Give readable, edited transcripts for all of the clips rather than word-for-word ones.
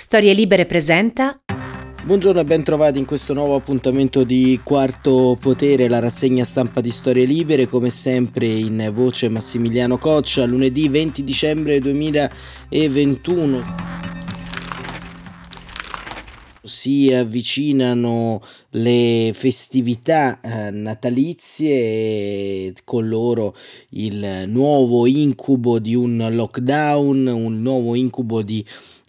Storie Libere presenta. Buongiorno e ben trovati in questo nuovo appuntamento di Quarto Potere, la rassegna stampa di Storie Libere, come sempre in voce Massimiliano Coccia, lunedì 20 dicembre 2021. Si avvicinano le festività natalizie e con loro il nuovo incubo di un lockdown, un nuovo incubo di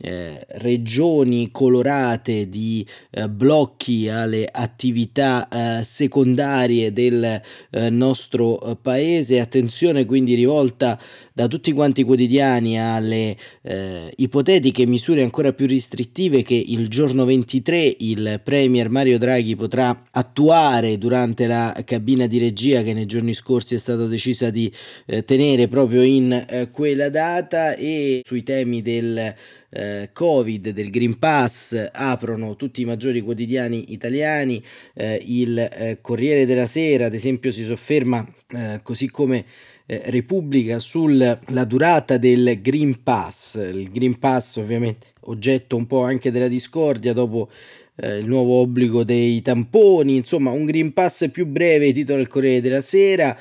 regioni colorate, di blocchi alle attività secondarie del nostro paese. Attenzione quindi rivolta da tutti quanti i quotidiani alle ipotetiche misure ancora più restrittive che il giorno 23 il Premier Mario Draghi potrà attuare durante la cabina di regia che nei giorni scorsi è stata decisa di tenere proprio in quella data. E sui temi del Covid, del Green Pass, aprono tutti i maggiori quotidiani italiani. Il Corriere della Sera, ad esempio, si sofferma, così come Repubblica, sulla durata del Green Pass. Il Green Pass ovviamente oggetto un po' anche della discordia dopo il nuovo obbligo dei tamponi. Insomma, un Green Pass più breve, titola il Corriere della Sera,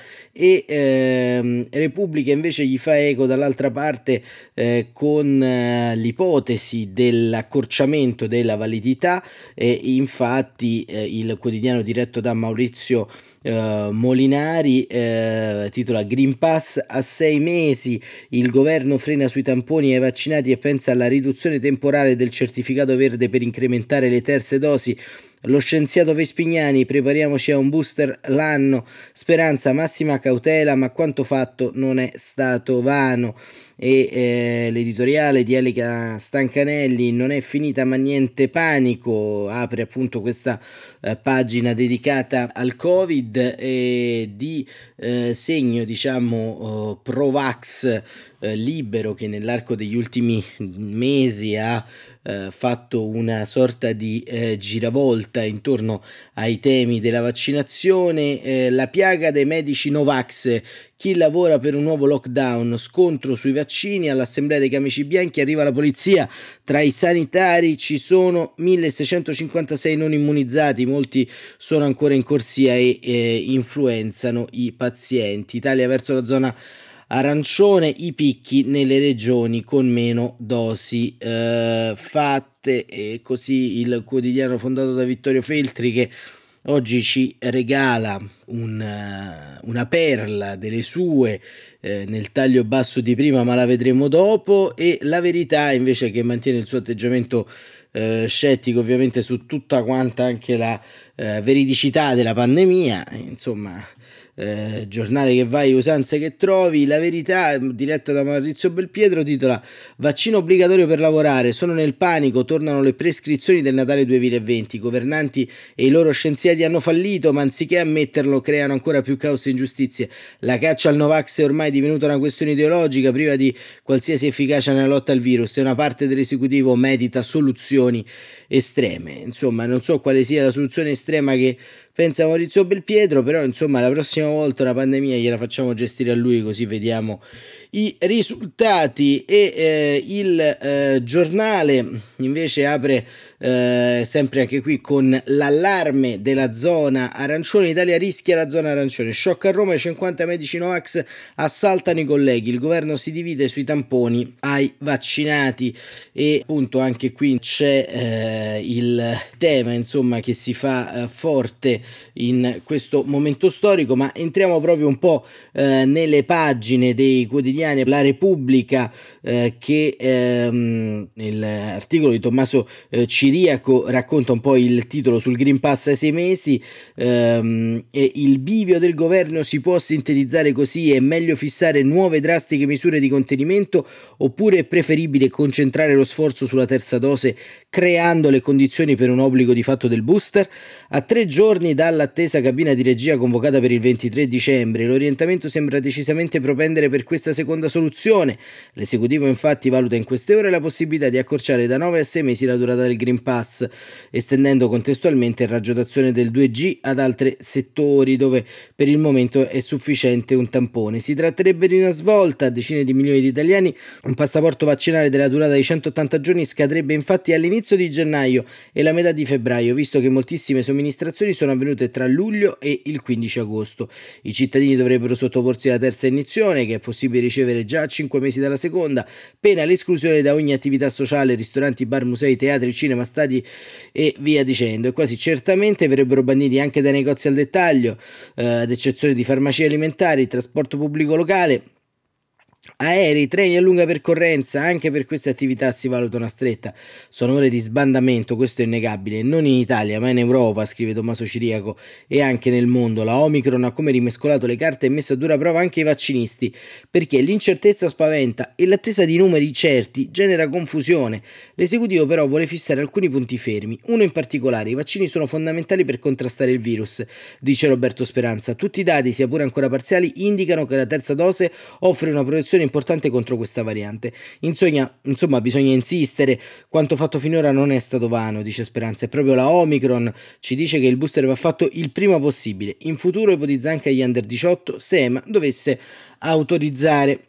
e Repubblica invece gli fa eco dall'altra parte con l'ipotesi dell'accorciamento della validità. Infatti il quotidiano diretto da Maurizio Molinari titola: Green Pass a 6 mesi, il governo frena sui tamponi ai vaccinati e pensa alla riduzione temporale del certificato verde per incrementare le terze dosi. Lo scienziato Vespignani: prepariamoci a un booster l'anno, speranza, massima cautela, ma quanto fatto non è stato vano. E l'editoriale di Elica Stancanelli: non è finita ma niente panico, apre appunto questa pagina dedicata al Covid, e di segno, diciamo, pro-vax Libero, che nell'arco degli ultimi mesi ha fatto una sorta di giravolta intorno ai temi della vaccinazione. La piaga dei medici Novax, chi lavora per un nuovo lockdown, scontro sui vaccini, all'assemblea dei camici bianchi arriva la polizia, tra i sanitari ci sono 1656 non immunizzati, molti sono ancora in corsia e influenzano i pazienti. Italia verso la zona arancione, i picchi nelle regioni con meno dosi fatte. E così il quotidiano fondato da Vittorio Feltri, che oggi ci regala una perla delle sue nel taglio basso di prima, ma la vedremo dopo. E La Verità invece, che mantiene il suo atteggiamento scettico ovviamente su tutta quanta anche la veridicità della pandemia. Insomma, giornale che vai, usanze che trovi. La Verità, diretto da Maurizio Belpietro, titola: vaccino obbligatorio per lavorare, sono nel panico, tornano le prescrizioni del Natale 2020, i governanti e i loro scienziati hanno fallito, ma anziché ammetterlo creano ancora più caos e ingiustizie. La caccia al Novax è ormai divenuta una questione ideologica priva di qualsiasi efficacia nella lotta al virus, e una parte dell'esecutivo medita soluzioni estreme. Insomma, non so quale sia la soluzione estrema che pensa Maurizio Belpietro, però insomma la prossima volta una pandemia gliela facciamo gestire a lui, così vediamo i risultati. E il giornale invece apre sempre anche qui con l'allarme della zona arancione. Italia rischia la zona arancione, shock a Roma, i 50 medici Novax assaltano i colleghi, il governo si divide sui tamponi ai vaccinati. E appunto anche qui c'è il tema, insomma, che si fa forte in questo momento storico. Ma entriamo proprio un po' nelle pagine dei quotidiani. La Repubblica, che nell'articolo di Tommaso Ciriaco racconta un po' il titolo sul Green Pass ai 6 mesi, e il bivio del governo si può sintetizzare così: è meglio fissare nuove drastiche misure di contenimento oppure è preferibile concentrare lo sforzo sulla terza dose creando le condizioni per un obbligo di fatto del booster? A 3 giorni cittadini dall'attesa cabina di regia convocata per il 23 dicembre. L'orientamento sembra decisamente propendere per questa seconda soluzione. L'esecutivo infatti valuta in queste ore la possibilità di accorciare da 9 a 6 mesi la durata del Green Pass, estendendo contestualmente il raggio d'azione del 2G ad altri settori dove per il momento è sufficiente un tampone. Si tratterebbe di una svolta a decine di milioni di italiani. Un passaporto vaccinale della durata di 180 giorni scadrebbe infatti all'inizio di gennaio e la metà di febbraio, visto che moltissime somministrazioni sono avvenute tra luglio e il 15 agosto. I cittadini dovrebbero sottoporsi alla terza iniezione, che è possibile ricevere già a 5 mesi dalla seconda, pena l'esclusione da ogni attività sociale, ristoranti, bar, musei, teatri, cinema, stadi e via dicendo. E quasi certamente verrebbero banditi anche dai negozi al dettaglio, ad eccezione di farmacie alimentari, trasporto pubblico locale, aerei, treni a lunga percorrenza. Anche per queste attività si valuta una stretta. Sono ore di sbandamento, questo è innegabile, non in Italia ma in Europa, scrive Tommaso Ciriaco, e anche nel mondo. La Omicron ha come rimescolato le carte e messo a dura prova anche i vaccinisti, perché l'incertezza spaventa e l'attesa di numeri certi genera confusione. L'esecutivo però vuole fissare alcuni punti fermi, uno in particolare: i vaccini sono fondamentali per contrastare il virus, dice Roberto Speranza. Tutti i dati, sia pure ancora parziali, indicano che la terza dose offre una protezione importante contro questa variante. Insomma, bisogna insistere. Quanto fatto finora non è stato vano, dice Speranza. E proprio la Omicron ci dice che il booster va fatto il prima possibile. In futuro ipotizza anche agli under 18 se EMA dovesse autorizzare.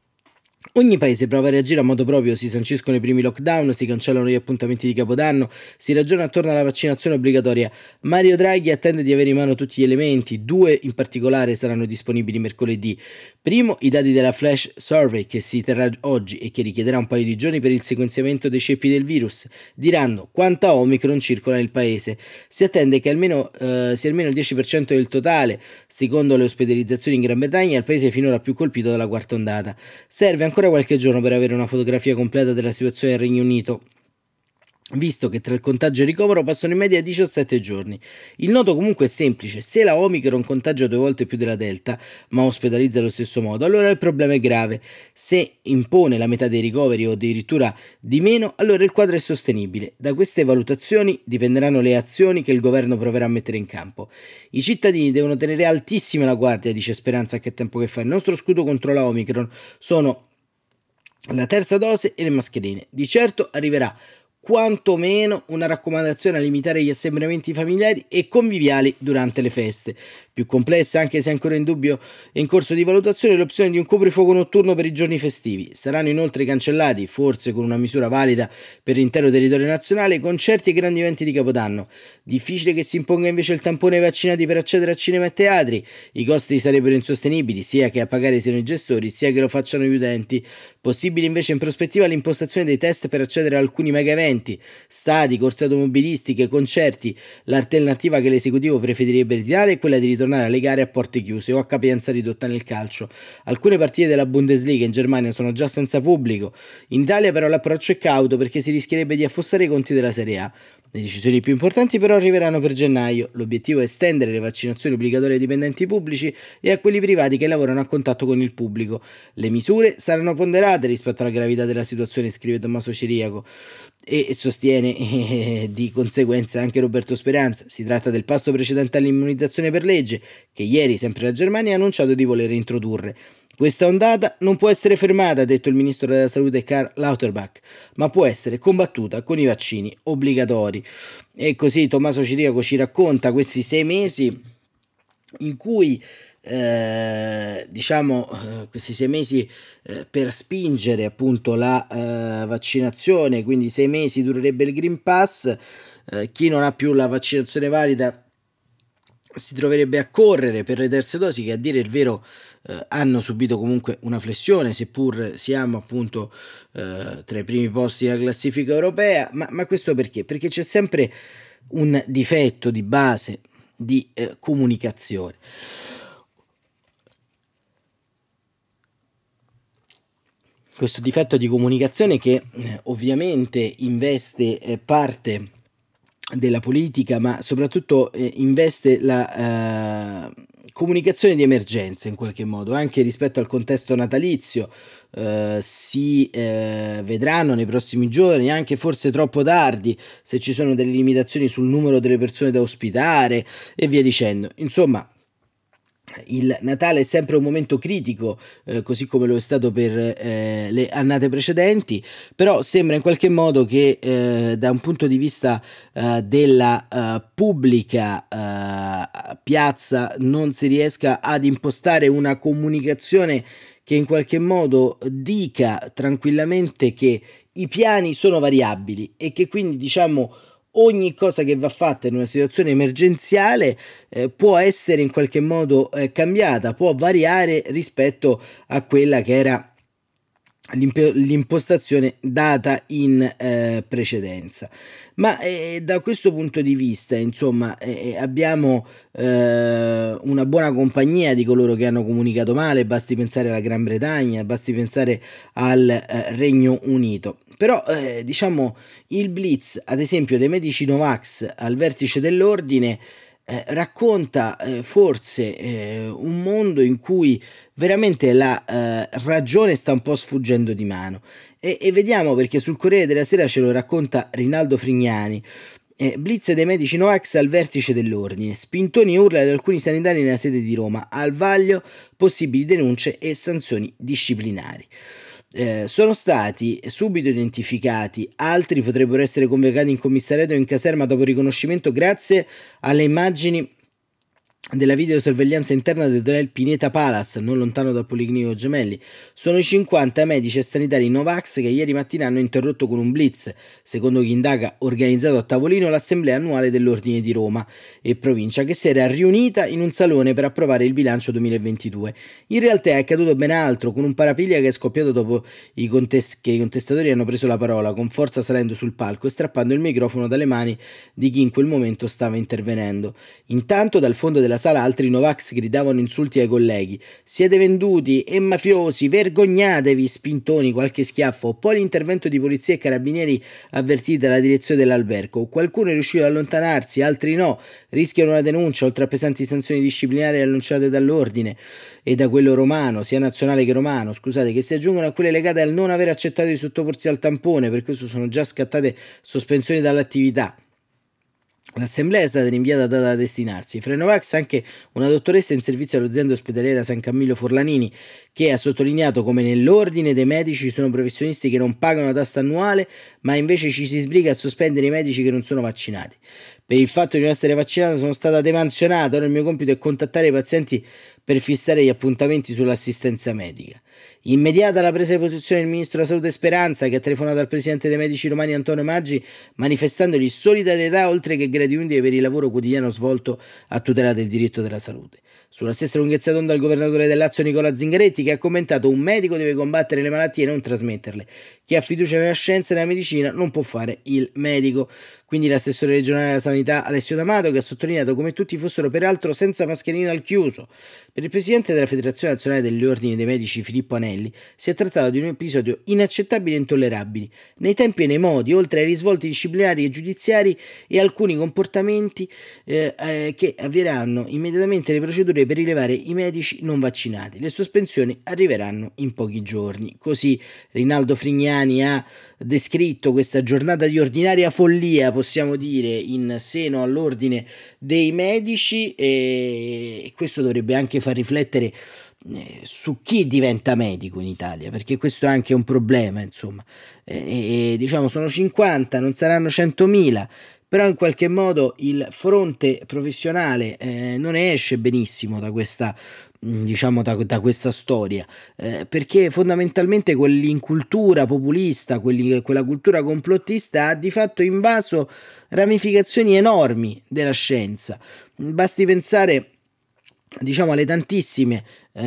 Ogni paese prova a reagire a modo proprio, si sanciscono i primi lockdown, si cancellano gli appuntamenti di Capodanno, si ragiona attorno alla vaccinazione obbligatoria. Mario Draghi attende di avere in mano tutti gli elementi, 2 in particolare saranno disponibili mercoledì. Primo, i dati della Flash Survey che si terrà oggi e che richiederà un paio di giorni per il sequenziamento dei ceppi del virus. Diranno quanta Omicron circola nel paese. Si attende che sia almeno il 10% del totale. Secondo le ospedalizzazioni in Gran Bretagna, il paese finora più colpito dalla quarta ondata. Serve ancora qualche giorno per avere una fotografia completa della situazione del Regno Unito, visto che tra il contagio e il ricovero passano in media 17 giorni. Il nodo comunque è semplice: se la Omicron contagia 2 volte più della Delta, ma ospedalizza allo stesso modo, allora il problema è grave. Se impone la metà dei ricoveri o addirittura di meno, allora il quadro è sostenibile. Da queste valutazioni dipenderanno le azioni che il governo proverà a mettere in campo. I cittadini devono tenere altissima la guardia, dice Speranza, che tempo che fa. Il nostro scudo contro la Omicron sono la terza dose e le mascherine. Di certo arriverà quantomeno una raccomandazione a limitare gli assembramenti familiari e conviviali durante le feste. Più complessa, anche se ancora in dubbio e in corso di valutazione, l'opzione di un coprifuoco notturno per i giorni festivi. Saranno inoltre cancellati, forse con una misura valida per l'intero territorio nazionale, concerti e grandi eventi di Capodanno. Difficile che si imponga invece il tampone ai vaccinati per accedere a cinema e teatri. I costi sarebbero insostenibili, sia che a pagare siano i gestori, sia che lo facciano gli utenti. Possibile invece in prospettiva l'impostazione dei test per accedere a alcuni mega eventi, stadi, corse automobilistiche, concerti. L'alternativa che l'esecutivo preferirebbe ritirare è quella di ritornare alle gare a porte chiuse o a capienza ridotta nel calcio. Alcune partite della Bundesliga in Germania sono già senza pubblico. In Italia però l'approccio è cauto, perché si rischierebbe di affossare i conti della Serie A. Le decisioni più importanti però arriveranno per gennaio. L'obiettivo è estendere le vaccinazioni obbligatorie ai dipendenti pubblici e a quelli privati che lavorano a contatto con il pubblico. Le misure saranno ponderate rispetto alla gravità della situazione, scrive Tommaso Ciriaco, e sostiene di conseguenza anche Roberto Speranza. Si tratta del passo precedente all'immunizzazione per legge, che ieri sempre la Germania ha annunciato di voler introdurre. Questa ondata non può essere fermata, ha detto il ministro della salute Karl Lauterbach, ma può essere combattuta con i vaccini obbligatori. E così Tommaso Ciriaco ci racconta questi 6 mesi in cui questi 6 mesi per spingere appunto la vaccinazione, quindi 6 mesi durerebbe il Green Pass. Chi non ha più la vaccinazione valida si troverebbe a correre per le terze dosi, che a dire il vero hanno subito comunque una flessione, seppur siamo appunto tra i primi posti della classifica europea. Ma questo perché? Perché c'è sempre un difetto di base di comunicazione. Questo difetto di comunicazione che ovviamente investe parte della politica, ma soprattutto investe la comunicazione di emergenza in qualche modo, anche rispetto al contesto natalizio. si vedranno nei prossimi giorni, anche forse troppo tardi, se ci sono delle limitazioni sul numero delle persone da ospitare e via dicendo. Insomma, il Natale è sempre un momento critico, così come lo è stato per le annate precedenti, però sembra in qualche modo che da un punto di vista della pubblica piazza non si riesca ad impostare una comunicazione che in qualche modo dica tranquillamente che i piani sono variabili e che quindi, diciamo, ogni cosa che va fatta in una situazione emergenziale può essere in qualche modo cambiata, può variare rispetto a quella che era l'impostazione data in precedenza. Ma da questo punto di vista, insomma, abbiamo una buona compagnia di coloro che hanno comunicato male, basti pensare alla Gran Bretagna, basti pensare al Regno Unito. Però diciamo il blitz, ad esempio, dei medici Novax al vertice dell'ordine racconta forse un mondo in cui veramente la ragione sta un po' sfuggendo di mano e vediamo, perché sul Corriere della Sera ce lo racconta Rinaldo Frignani. Blitz dei medici Novax al vertice dell'ordine, spintoni e urla di alcuni sanitari nella sede di Roma, al vaglio possibili denunce e sanzioni disciplinari. Sono stati subito identificati, altri potrebbero essere convocati in commissariato o in caserma dopo riconoscimento grazie alle immagini della videosorveglianza interna dell'hotel Pineta Palace, non lontano dal Policlinico Gemelli. Sono i 50 medici e sanitari Novax che ieri mattina hanno interrotto con un blitz, secondo chi indaga, organizzato a tavolino, l'assemblea annuale dell'Ordine di Roma e provincia, che si era riunita in un salone per approvare il bilancio 2022. In realtà è accaduto ben altro, con un parapiglia che è scoppiato dopo che i contestatori hanno preso la parola, con forza salendo sul palco e strappando il microfono dalle mani di chi in quel momento stava intervenendo. Intanto dal fondo della sala altri Novax gridavano insulti ai colleghi: siete venduti e mafiosi, vergognatevi, spintoni, qualche schiaffo, poi l'intervento di polizia e carabinieri avvertiti dalla direzione dell'albergo. Qualcuno è riuscito ad allontanarsi, altri no, rischiano una denuncia oltre a pesanti sanzioni disciplinari annunciate dall'ordine e da quello romano, sia nazionale che romano, scusate, che si aggiungono a quelle legate al non aver accettato di sottoporsi al tampone, per questo sono già scattate sospensioni dall'attività. L'assemblea è stata rinviata da destinarsi. Fra i Novax anche una dottoressa in servizio all'azienda ospedaliera San Camillo Forlanini, che ha sottolineato come nell'ordine dei medici ci sono professionisti che non pagano la tassa annuale, ma invece ci si sbriga a sospendere i medici che non sono vaccinati. Per il fatto di non essere vaccinato sono stata demansionata, ora il mio compito è contattare i pazienti per fissare gli appuntamenti sull'assistenza medica. Immediata la presa di posizione del ministro della Salute Speranza, che ha telefonato al presidente dei medici romani Antonio Maggi manifestandogli solidarietà oltre che gratitudine per il lavoro quotidiano svolto a tutela del diritto della salute. Sulla stessa lunghezza d'onda il governatore del Lazio Nicola Zingaretti, che ha commentato: un medico deve combattere le malattie e non trasmetterle. Chi ha fiducia nella scienza e nella medicina non può fare il medico. Quindi l'assessore regionale della sanità Alessio D'Amato, che ha sottolineato come tutti fossero peraltro senza mascherina al chiuso. Per il presidente della Federazione Nazionale degli Ordini dei Medici Filippo Anelli si è trattato di un episodio inaccettabile e intollerabile, nei tempi e nei modi, oltre ai risvolti disciplinari e giudiziari e alcuni comportamenti che avvieranno immediatamente le procedure per rilevare i medici non vaccinati. Le sospensioni arriveranno in pochi giorni. Così Rinaldo Frignani ha descritto questa giornata di ordinaria follia, possiamo dire, in seno all'ordine dei medici, e questo dovrebbe anche far riflettere su chi diventa medico in Italia, perché questo è anche un problema, insomma. Diciamo sono 50, non saranno 100.000, però in qualche modo il fronte professionale non ne esce benissimo da questa, diciamo, da questa storia, perché fondamentalmente quell'incultura populista, quella cultura complottista ha di fatto invaso ramificazioni enormi della scienza. Basti pensare, diciamo, alle tantissime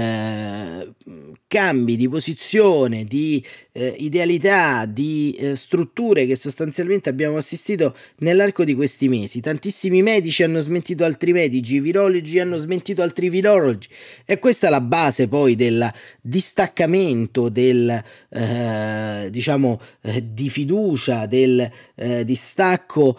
cambi di posizione, di idealità, di strutture che sostanzialmente abbiamo assistito nell'arco di questi mesi. Tantissimi medici hanno smentito altri medici, i virologi hanno smentito altri virologi, e questa è la base poi del distaccamento, del diciamo di fiducia, del distacco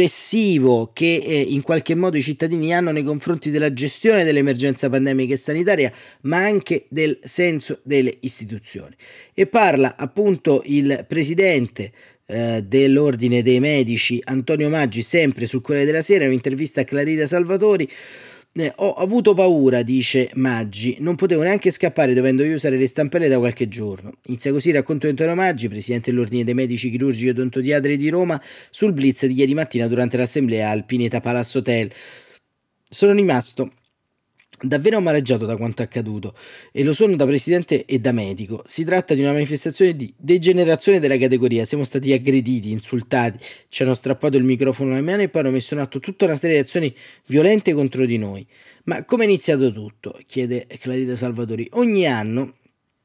progressivo che in qualche modo i cittadini hanno nei confronti della gestione dell'emergenza pandemica e sanitaria, sanitaria, ma anche del senso delle istituzioni. E parla appunto il presidente dell'Ordine dei Medici, Antonio Maggi, sempre sul Corriere della Sera, in un'intervista a Clarita Salvatori. Ho avuto paura, dice Maggi, non potevo neanche scappare dovendo io usare le stampelle da qualche giorno. Inizia così il racconto di Antonio Maggi, presidente dell'Ordine dei Medici Chirurgici e Odontodiatri di Roma, sul blitz di ieri mattina durante l'assemblea al Pineta Palace Hotel. Sono rimasto davvero amareggiato da quanto accaduto e lo sono da presidente e da medico. Si tratta di una manifestazione di degenerazione della categoria. Siamo stati aggrediti, insultati, ci hanno strappato il microfono alle mani e poi hanno messo in atto tutta una serie di azioni violente contro di noi. Ma come è iniziato tutto? Chiede Clarita Salvatori. Ogni anno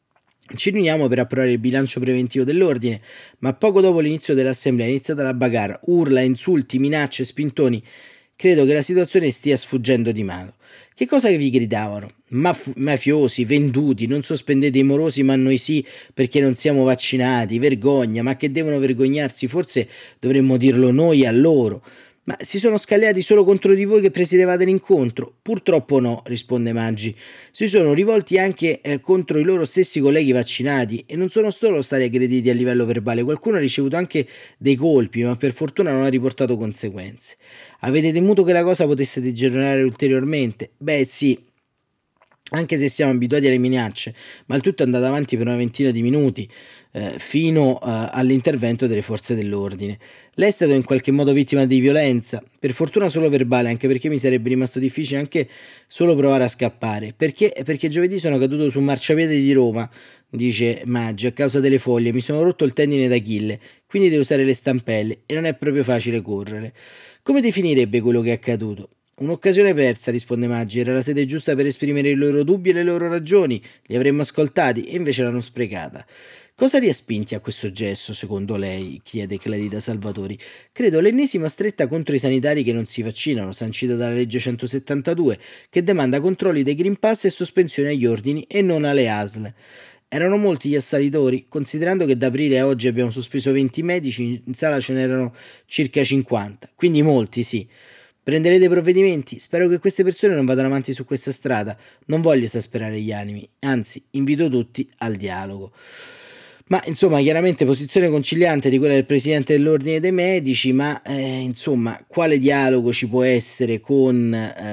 ci riuniamo per approvare il bilancio preventivo dell'ordine, ma poco dopo l'inizio dell'assemblea è iniziata la bagarre, urla, insulti, minacce, spintoni. Credo che la situazione stia sfuggendo di mano. Che cosa vi gridavano? Mafiosi, venduti, non sospendete i morosi ma noi sì perché non siamo vaccinati, vergogna, ma che devono vergognarsi, forse dovremmo dirlo noi a loro. Ma si sono scagliati solo contro di voi che presiedevate l'incontro? Purtroppo no, risponde Maggi. Si sono rivolti anche contro i loro stessi colleghi vaccinati e non sono solo stati aggrediti a livello verbale, qualcuno ha ricevuto anche dei colpi, ma per fortuna non ha riportato conseguenze. Avete temuto che la cosa potesse degenerare ulteriormente? Beh sì, anche se siamo abituati alle minacce, ma il tutto è andato avanti per una ventina di minuti, fino all'intervento delle forze dell'ordine. Lei è stato in qualche modo vittima di violenza, per fortuna solo verbale, anche perché mi sarebbe rimasto difficile anche solo provare a scappare. Perché giovedì sono caduto su un marciapiede di Roma, dice Maggi, a causa delle foglie, mi sono rotto il tendine d'Achille, quindi devo usare le stampelle e non è proprio facile correre. Come definirebbe quello che è accaduto? Un'occasione persa, risponde Maggi, era la sede giusta per esprimere i loro dubbi e le loro ragioni, li avremmo ascoltati e invece l'hanno sprecata. Cosa li ha spinti a questo gesto, secondo lei? Chiede Clarita Salvatori. Credo l'ennesima stretta contro i sanitari che non si vaccinano, sancita dalla legge 172, che demanda controlli dei Green Pass e sospensioni agli ordini e non alle ASL. Erano molti gli assalitori, considerando che da aprile a oggi abbiamo sospeso 20 medici, in sala ce n'erano circa 50, quindi molti sì. Prenderete provvedimenti? Spero che queste persone non vadano avanti su questa strada. Non voglio esasperare gli animi, anzi, invito tutti al dialogo. Ma insomma, chiaramente posizione conciliante di quella del presidente dell'Ordine dei Medici, ma insomma, quale dialogo ci può essere con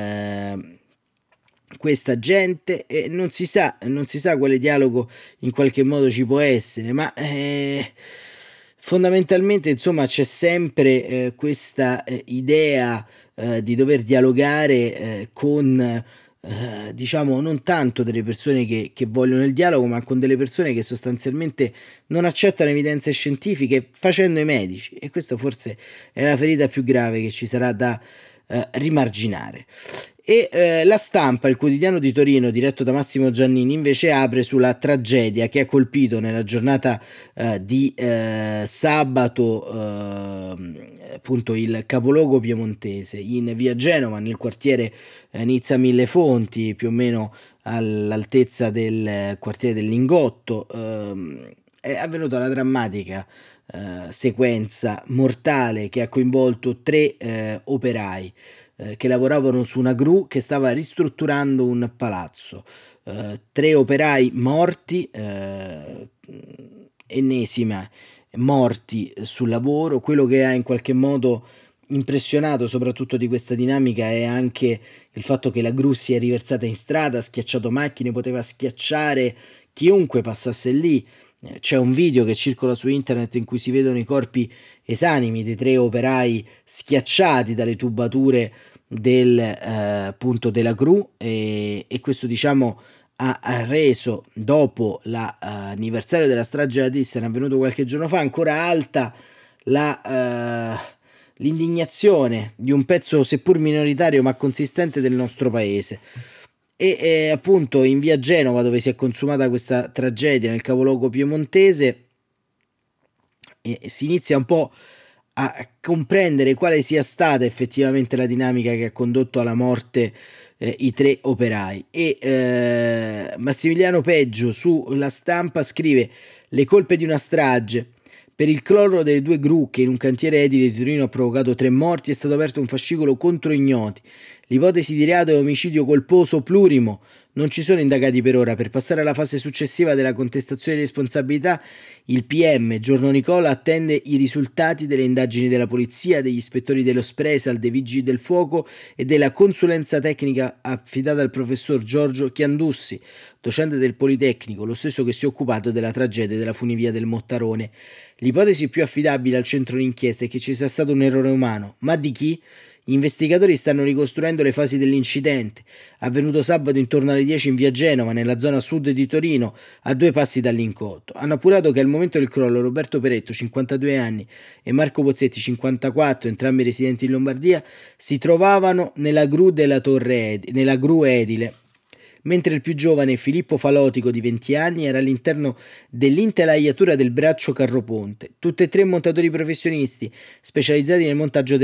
questa gente? Non si sa quale dialogo in qualche modo ci può essere, ma fondamentalmente insomma c'è sempre questa idea di dover dialogare con diciamo non tanto delle persone che vogliono il dialogo, ma con delle persone che sostanzialmente non accettano evidenze scientifiche facendo i medici, e questa forse è la ferita più grave che ci sarà da rimarginare. E La Stampa, il quotidiano di Torino diretto da Massimo Giannini, invece apre sulla tragedia che ha colpito nella giornata di sabato appunto il capoluogo piemontese in via Genova, nel quartiere Nizza Millefonti, più o meno all'altezza del quartiere del Lingotto. È avvenuta una drammatica sequenza mortale che ha coinvolto 3 operai che lavoravano su una gru che stava ristrutturando un palazzo. 3 operai morti, ennesima morti sul lavoro. Quello che ha in qualche modo impressionato soprattutto di questa dinamica è anche il fatto che la gru si è riversata in strada, ha schiacciato macchine, poteva schiacciare chiunque passasse lì. C'è un video che circola su internet in cui si vedono i corpi esanimi dei 3 operai schiacciati dalle tubature appunto della gru, e questo diciamo ha reso, dopo l'anniversario della strage a Thyssen avvenuto qualche giorno fa, ancora alta l'indignazione di un pezzo seppur minoritario ma consistente del nostro paese. E appunto in via Genova, dove si è consumata questa tragedia nel capoluogo piemontese, si inizia un po' a comprendere quale sia stata effettivamente la dinamica che ha condotto alla morte i 3 operai. E Massimiliano Peggio sulla Stampa scrive: le colpe di una strage. Per il crollo delle 2 gru che in un cantiere edile di Torino ha provocato 3 morti è stato aperto un fascicolo contro ignoti. L'ipotesi di reato è omicidio colposo plurimo. Non ci sono indagati per ora. Per passare alla fase successiva della contestazione di responsabilità, il PM Giorno Nicola attende i risultati delle indagini della polizia, degli ispettori dello Spresal, dei vigili del fuoco e della consulenza tecnica affidata al professor Giorgio Chiandussi, docente del Politecnico, lo stesso che si è occupato della tragedia della funivia del Mottarone. L'ipotesi più affidabile al centro d'inchiesta è che ci sia stato un errore umano. Ma di chi? Gli investigatori stanno ricostruendo le fasi dell'incidente, avvenuto sabato intorno alle 10 in via Genova, nella zona sud di Torino, a 2 passi dall'Incotto. Hanno appurato che al momento del crollo Roberto Peretto, 52 anni, e Marco Pozzetti, 54, entrambi residenti in Lombardia, si trovavano nella nella gru edile, mentre il più giovane, Filippo Falotico, di 20 anni, era all'interno dell'intelaiatura del braccio carroponte. Tutti e tre montatori professionisti, specializzati nel montaggio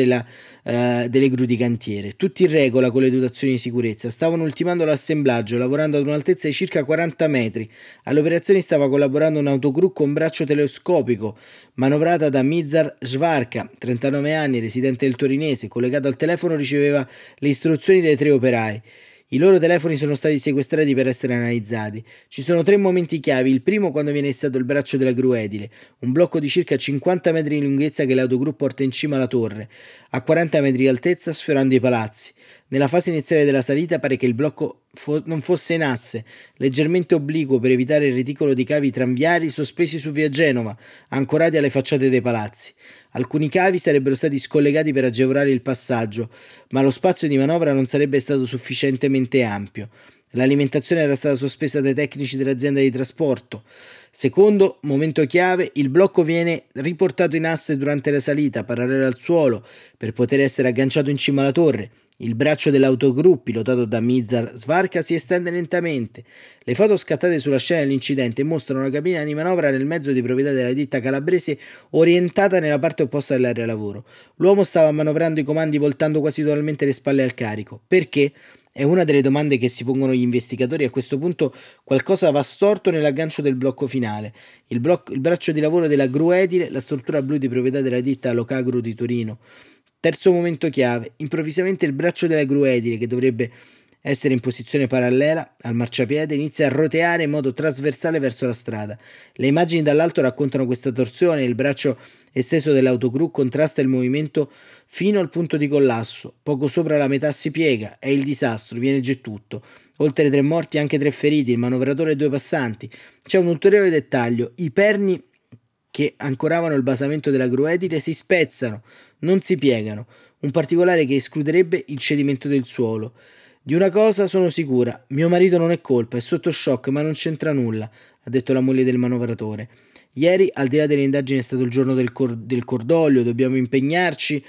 delle gru di cantiere. Tutti in regola con le dotazioni di sicurezza. Stavano ultimando l'assemblaggio, lavorando ad un'altezza di circa 40 metri. Alle operazioni stava collaborando un autogru con braccio telescopico, manovrata da Mizar Svarka, 39 anni, residente del Torinese. Collegato al telefono riceveva le istruzioni dei 3 operai. I loro telefoni sono stati sequestrati per essere analizzati. Ci sono 3 momenti chiavi. Il primo quando viene stato il braccio della gru edile, un blocco di circa 50 metri di lunghezza che l'autogru porta in cima alla torre, a 40 metri di altezza sfiorando i palazzi. Nella fase iniziale della salita pare che il blocco non fosse in asse, leggermente obliquo per evitare il reticolo di cavi tranviari sospesi su via Genova, ancorati alle facciate dei palazzi. Alcuni cavi sarebbero stati scollegati per agevolare il passaggio, ma lo spazio di manovra non sarebbe stato sufficientemente ampio. L'alimentazione era stata sospesa dai tecnici dell'azienda di trasporto. Secondo momento chiave, il blocco viene riportato in asse durante la salita, parallelo al suolo, per poter essere agganciato in cima alla torre. Il braccio dell'autogru, pilotato da Mizar Svarka, si estende lentamente. Le foto scattate sulla scena dell'incidente mostrano una cabina di manovra nel mezzo di proprietà della ditta calabrese orientata nella parte opposta dell'area lavoro. L'uomo stava manovrando i comandi voltando quasi totalmente le spalle al carico. Perché? È una delle domande che si pongono gli investigatori. A questo punto qualcosa va storto nell'aggancio del blocco finale. Il braccio di lavoro della gru edile, la struttura blu di proprietà della ditta Locagru di Torino. Terzo momento chiave, improvvisamente il braccio della gru edile, che dovrebbe essere in posizione parallela al marciapiede, inizia a roteare in modo trasversale verso la strada. Le immagini dall'alto raccontano questa torsione, il braccio esteso dell'autogru contrasta il movimento fino al punto di collasso. Poco sopra la metà si piega, è il disastro, viene giù tutto. Oltre ai 3 morti anche 3 feriti, il manovratore e 2 passanti. C'è un ulteriore dettaglio, i perni che ancoravano il basamento della gru edile si spezzano, non si piegano, un particolare che escluderebbe il cedimento del suolo. Di una cosa sono sicura, mio marito non è colpa, è sotto shock, ma non c'entra nulla, ha detto la moglie del manovratore. Ieri, al di là delle indagini, è stato il giorno del cordoglio, dobbiamo impegnarci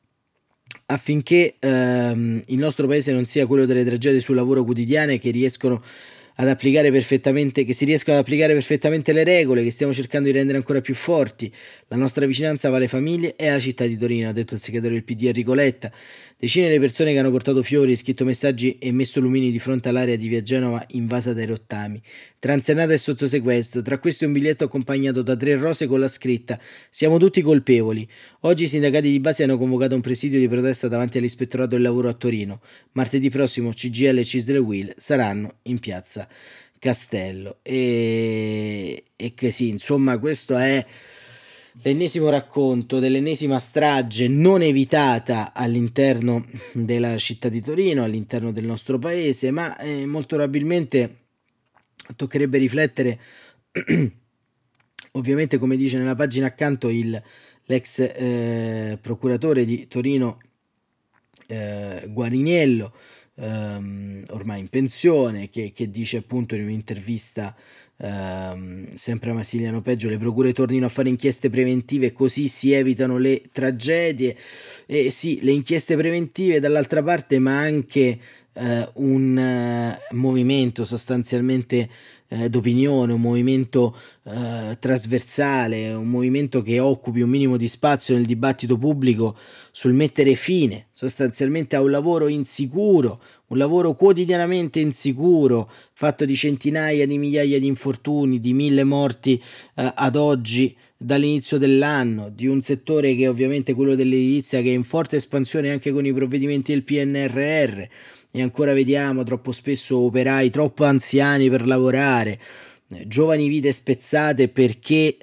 affinché il nostro paese non sia quello delle tragedie sul lavoro quotidiane che si riescono ad applicare perfettamente le regole che stiamo cercando di rendere ancora più forti. La nostra vicinanza va alle famiglie e alla città di Torino, ha detto il segretario del PD Enrico Letta. Decine le persone che hanno portato fiori, scritto messaggi e messo lumini di fronte all'area di via Genova invasa dai rottami. Transennata e sotto sequestro, tra questi un biglietto accompagnato da 3 rose con la scritta «Siamo tutti colpevoli». Oggi i sindacati di base hanno convocato un presidio di protesta davanti all'Ispettorato del Lavoro a Torino. Martedì prossimo CGIL e CISL e UIL saranno in piazza Castello. E così, insomma, questo è l'ennesimo racconto dell'ennesima strage non evitata all'interno della città di Torino, all'interno del nostro paese, ma molto probabilmente toccherebbe riflettere, ovviamente, come dice nella pagina accanto l'ex procuratore di Torino Guariniello, ormai in pensione, che dice appunto in un'intervista sempre a Massimiliano Peggio: le procure tornino a fare inchieste preventive così si evitano le tragedie. E sì, le inchieste preventive dall'altra parte, ma anche un movimento sostanzialmente d'opinione, un movimento trasversale, un movimento che occupi un minimo di spazio nel dibattito pubblico sul mettere fine sostanzialmente a un lavoro insicuro, un lavoro quotidianamente insicuro, fatto di centinaia di migliaia di infortuni, di 1000 morti ad oggi, dall'inizio dell'anno, di un settore che è ovviamente quello dell'edilizia, che è in forte espansione anche con i provvedimenti del PNRR, e ancora vediamo troppo spesso operai troppo anziani per lavorare, giovani vite spezzate perché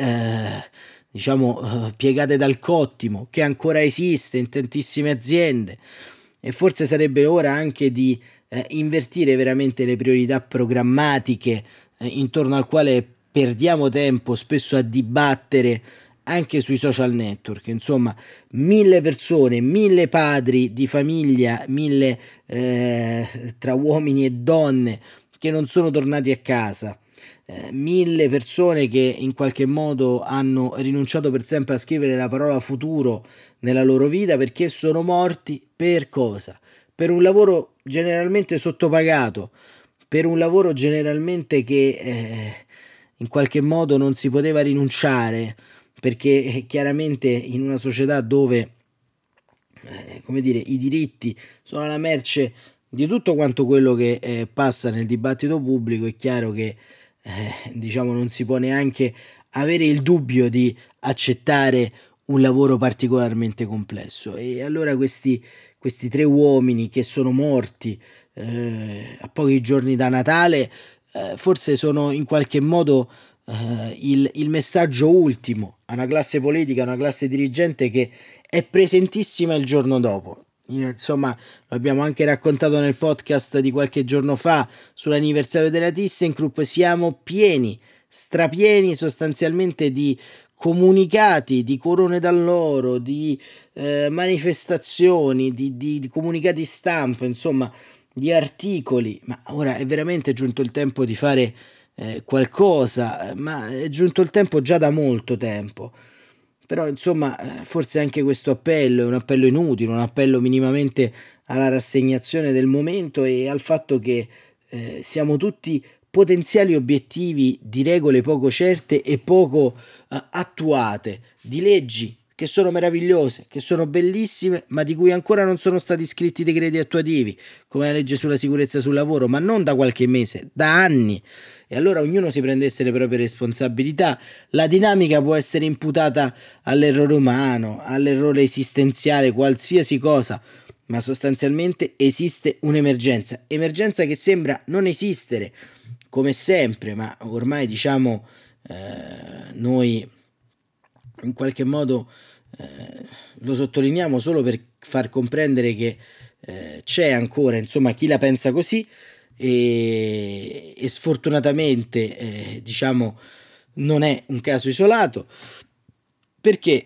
piegate dal cottimo, che ancora esiste in tantissime aziende. E forse sarebbe ora anche di invertire veramente le priorità programmatiche intorno al quale perdiamo tempo spesso a dibattere anche sui social network. Insomma, 1000 persone, 1000 padri di famiglia, 1000 tra uomini e donne che non sono tornati a casa, 1000 persone che in qualche modo hanno rinunciato per sempre a scrivere la parola futuro nella loro vita perché sono morti per cosa? Per un lavoro generalmente sottopagato, per un lavoro generalmente che in qualche modo non si poteva rinunciare, perché chiaramente in una società dove come dire, i diritti sono la merce di tutto quanto quello che passa nel dibattito pubblico, è chiaro che non si può neanche avere il dubbio di accettare un lavoro particolarmente complesso. E allora questi 3 uomini che sono morti a pochi giorni da Natale forse sono in qualche modo il messaggio ultimo a una classe politica, a una classe dirigente che è presentissima il giorno dopo. Insomma, lo abbiamo anche raccontato nel podcast di qualche giorno fa sull'anniversario della ThyssenKrupp. Siamo pieni, strapieni sostanzialmente di comunicati, di corone d'alloro, di manifestazioni, di comunicati stampa, insomma, di articoli. Ma ora è veramente giunto il tempo di fare qualcosa, ma è giunto il tempo già da molto tempo. Però insomma, forse anche questo appello è un appello inutile, un appello minimamente alla rassegnazione del momento e al fatto che siamo tutti potenziali obiettivi di regole poco certe e poco attuate, di leggi che sono meravigliose, che sono bellissime, ma di cui ancora non sono stati scritti decreti attuativi, come la legge sulla sicurezza sul lavoro, ma non da qualche mese, da anni. E allora ognuno si prendesse le proprie responsabilità. La dinamica può essere imputata all'errore umano, all'errore esistenziale, qualsiasi cosa, ma sostanzialmente esiste un'emergenza, emergenza che sembra non esistere, come sempre, ma ormai noi in qualche modo lo sottolineiamo solo per far comprendere che c'è ancora, insomma, chi la pensa così e sfortunatamente non è un caso isolato, perché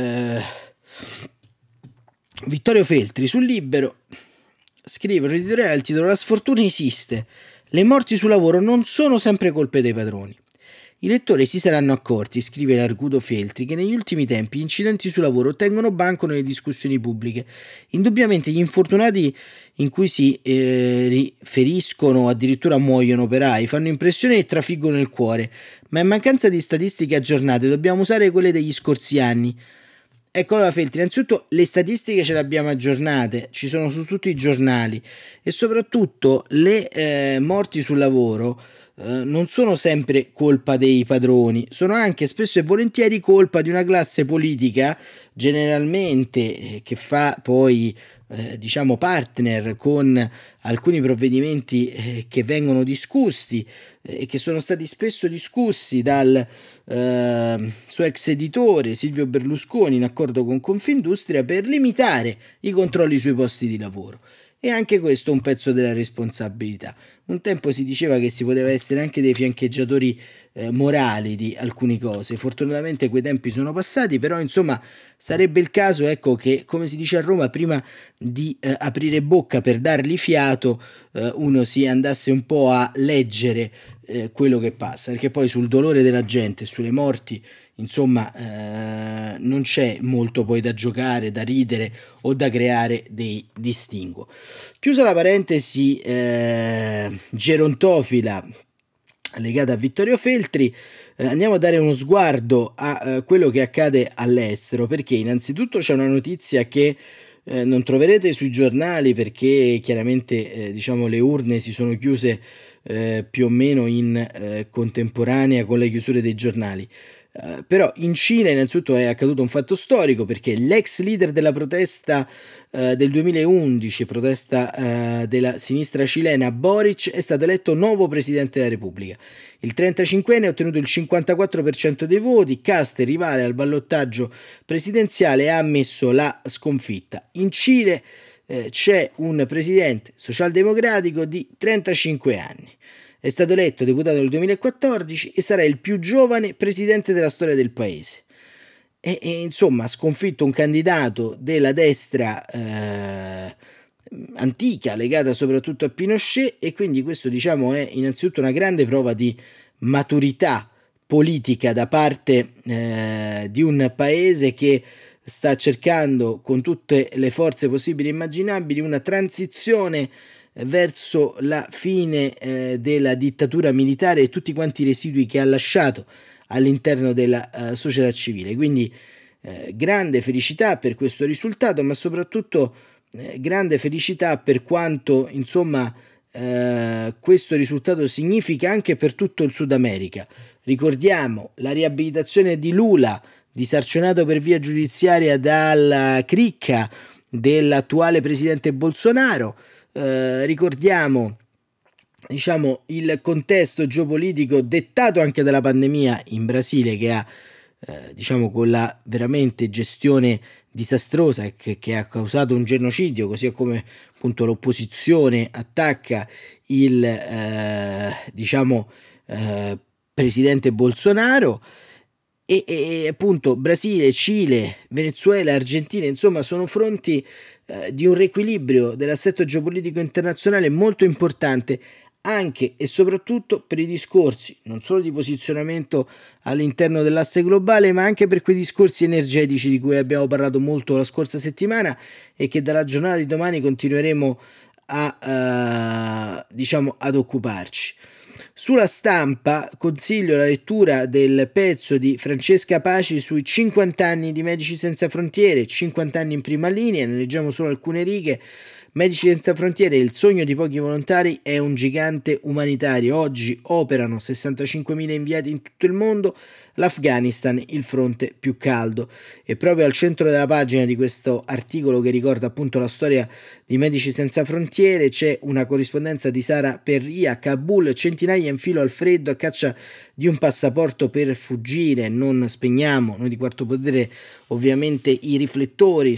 Vittorio Feltri sul Libero scrive un editoriale al titolo "La sfortuna esiste, le morti sul lavoro non sono sempre colpe dei padroni". I lettori si saranno accorti, scrive l'Argudo Feltri, che negli ultimi tempi gli incidenti sul lavoro tengono banco nelle discussioni pubbliche. Indubbiamente gli infortunati in cui si riferiscono o addirittura muoiono operai fanno impressione e trafiggono il cuore, ma in mancanza di statistiche aggiornate dobbiamo usare quelle degli scorsi anni. Ecco la Feltri, innanzitutto le statistiche ce le abbiamo aggiornate, ci sono su tutti i giornali e soprattutto le morti sul lavoro non sono sempre colpa dei padroni, sono anche spesso e volentieri colpa di una classe politica generalmente che fa poi partner con alcuni provvedimenti che vengono discussi e che sono stati spesso discussi dal suo ex editore Silvio Berlusconi in accordo con Confindustria per limitare i controlli sui posti di lavoro. E anche questo è un pezzo della responsabilità. Un tempo si diceva che si poteva essere anche dei fiancheggiatori morali di alcune cose. Fortunatamente quei tempi sono passati, però insomma sarebbe il caso, ecco, che come si dice a Roma, prima di aprire bocca per dargli fiato, uno si andasse un po' a leggere quello che passa, perché poi sul dolore della gente, sulle morti, insomma, non c'è molto poi da giocare, da ridere o da creare dei distinguo. Chiusa la parentesi gerontofila legata a Vittorio Feltri, andiamo a dare uno sguardo a quello che accade all'estero, perché innanzitutto c'è una notizia che non troverete sui giornali perché chiaramente le urne si sono chiuse più o meno in contemporanea con le chiusure dei giornali. Però in Cile innanzitutto è accaduto un fatto storico perché l'ex leader della protesta del 2011, protesta della sinistra cilena, Boric, è stato eletto nuovo presidente della Repubblica. Il 35enne ha ottenuto il 54% dei voti, Kast, rivale al ballottaggio presidenziale, ha ammesso la sconfitta. In Cile c'è un presidente socialdemocratico di 35 anni. È stato eletto deputato nel 2014 e sarà il più giovane presidente della storia del paese. Insomma, ha sconfitto un candidato della destra antica, legata soprattutto a Pinochet, e quindi questo, diciamo, è innanzitutto una grande prova di maturità politica da parte di un paese che sta cercando con tutte le forze possibili e immaginabili una transizione verso la fine della dittatura militare e tutti quanti i residui che ha lasciato all'interno della società civile. Quindi grande felicità per questo risultato, ma soprattutto grande felicità per quanto, insomma, questo risultato significa anche per tutto il Sud America. Ricordiamo la riabilitazione di Lula, disarcionato per via giudiziaria dalla cricca dell'attuale presidente Bolsonaro. Ricordiamo, diciamo, il contesto geopolitico dettato anche dalla pandemia in Brasile, che ha diciamo, con la veramente gestione disastrosa che ha causato un genocidio, così come appunto l'opposizione attacca il diciamo presidente Bolsonaro. E appunto Brasile, Cile, Venezuela, Argentina, insomma, sono fronti di un riequilibrio dell'assetto geopolitico internazionale molto importante, anche e soprattutto per i discorsi non solo di posizionamento all'interno dell'asse globale, ma anche per quei discorsi energetici di cui abbiamo parlato molto la scorsa settimana e che dalla giornata di domani continueremo a diciamo ad occuparci. Sulla Stampa consiglio la lettura del pezzo di Francesca Paci sui 50 anni di Medici Senza Frontiere, 50 anni in prima linea, ne leggiamo solo alcune righe. Medici Senza Frontiere, il sogno di pochi volontari, è un gigante umanitario. Oggi operano 65.000 inviati in tutto il mondo, l'Afghanistan il fronte più caldo. E proprio al centro della pagina di questo articolo, che ricorda appunto la storia di Medici Senza Frontiere, c'è una corrispondenza di Sara Perria a Kabul, centinaia in filo al freddo a caccia di un passaporto per fuggire. Non spegniamo noi di Quarto Potere ovviamente i riflettori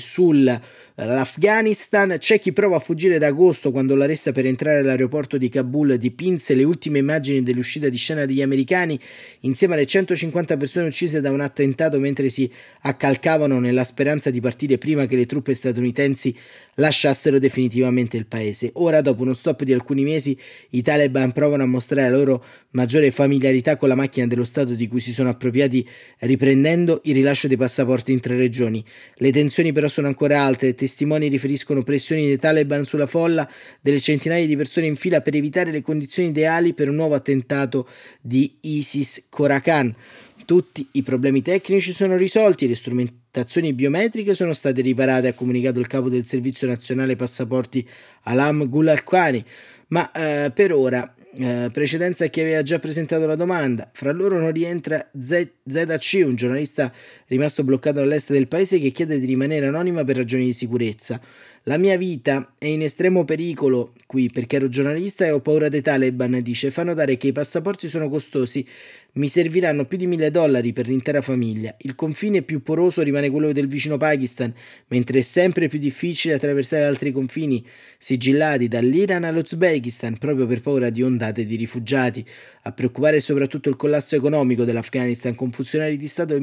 sull'Afghanistan. C'è chi prova a fuggire da agosto, quando l'arresta per entrare all'aeroporto di Kabul dipinse le ultime immagini dell'uscita di scena degli americani insieme alle 150 persone uccise da un attentato mentre si accalcavano nella speranza di partire prima che le truppe statunitensi lasciassero definitivamente il paese. Ora, dopo uno stop di alcuni mesi, i Taliban provano a mostrare la loro maggiore familiarità con la macchina dello Stato di cui si sono appropriati, riprendendo il rilascio dei passaporti in 3 regioni. Le tensioni però sono ancora alte, testimoni riferiscono pressioni dei Taliban sulla folla delle centinaia di persone in fila per evitare le condizioni ideali per un nuovo attentato di ISIS-Khorasan. Tutti i problemi tecnici sono risolti, le strumentazioni biometriche sono state riparate, ha comunicato il capo del Servizio Nazionale Passaporti Alam Gulakani, ma per ora precedenza a chi aveva già presentato la domanda. Fra loro non rientra ZC, un giornalista rimasto bloccato all'est del paese che chiede di rimanere anonima per ragioni di sicurezza. La mia vita è in estremo pericolo qui perché ero giornalista e ho paura dei Taliban, dice. Fa notare che i passaporti sono costosi, mi serviranno più di $1.000 per l'intera famiglia. Il confine più poroso rimane quello del vicino Pakistan, mentre è sempre più difficile attraversare altri confini sigillati dall'Iran all'Uzbekistan proprio per paura di ondate di rifugiati. A preoccupare è soprattutto il collasso economico dell'Afghanistan, con funzionari di Stato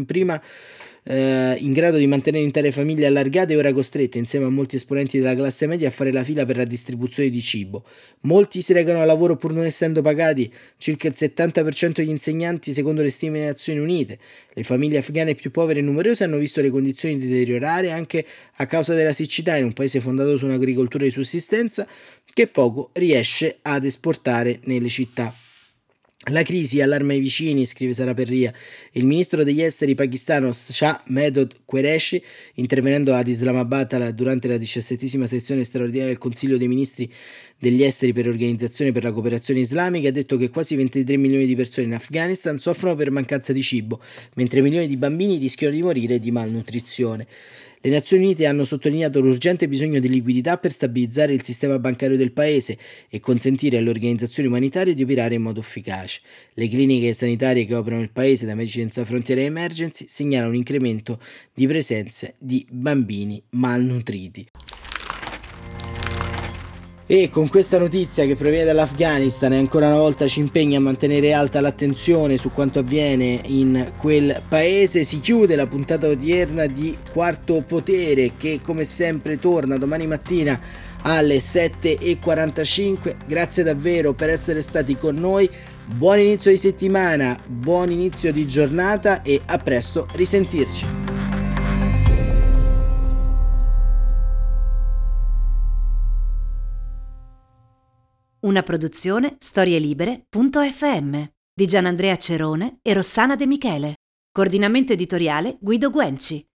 in grado di mantenere intere famiglie allargate e ora costrette, insieme a molti esponenti della classe media, a fare la fila per la distribuzione di cibo. Molti si recano al lavoro pur non essendo pagati, circa il 70% degli insegnanti secondo le stime delle Nazioni Unite. Le famiglie afghane più povere e numerose hanno visto le condizioni deteriorare anche a causa della siccità in un paese fondato su un'agricoltura di sussistenza che poco riesce ad esportare nelle città. La crisi allarma i vicini, scrive Sara Perria. Il ministro degli esteri pakistano Shah Mehdood Qureshi, intervenendo ad Islamabad durante la 17ª sezione straordinaria del Consiglio dei ministri degli esteri per l'Organizzazione per la cooperazione islamica, ha detto che quasi 23 milioni di persone in Afghanistan soffrono per mancanza di cibo, mentre milioni di bambini rischiano di morire di malnutrizione. Le Nazioni Unite hanno sottolineato l'urgente bisogno di liquidità per stabilizzare il sistema bancario del paese e consentire alle organizzazioni umanitarie di operare in modo efficace. Le cliniche sanitarie che operano nel paese, da Medici Senza Frontiere e Emergency, segnalano un incremento di presenze di bambini malnutriti. E con questa notizia che proviene dall'Afghanistan e ancora una volta ci impegna a mantenere alta l'attenzione su quanto avviene in quel paese, si chiude la puntata odierna di Quarto Potere, che come sempre torna domani mattina alle 7:45. Grazie davvero per essere stati con noi, buon inizio di settimana, buon inizio di giornata e a presto, risentirci. Una produzione storielibere.fm di Gianandrea Cerone e Rossana De Michele. Coordinamento editoriale Guido Guenci.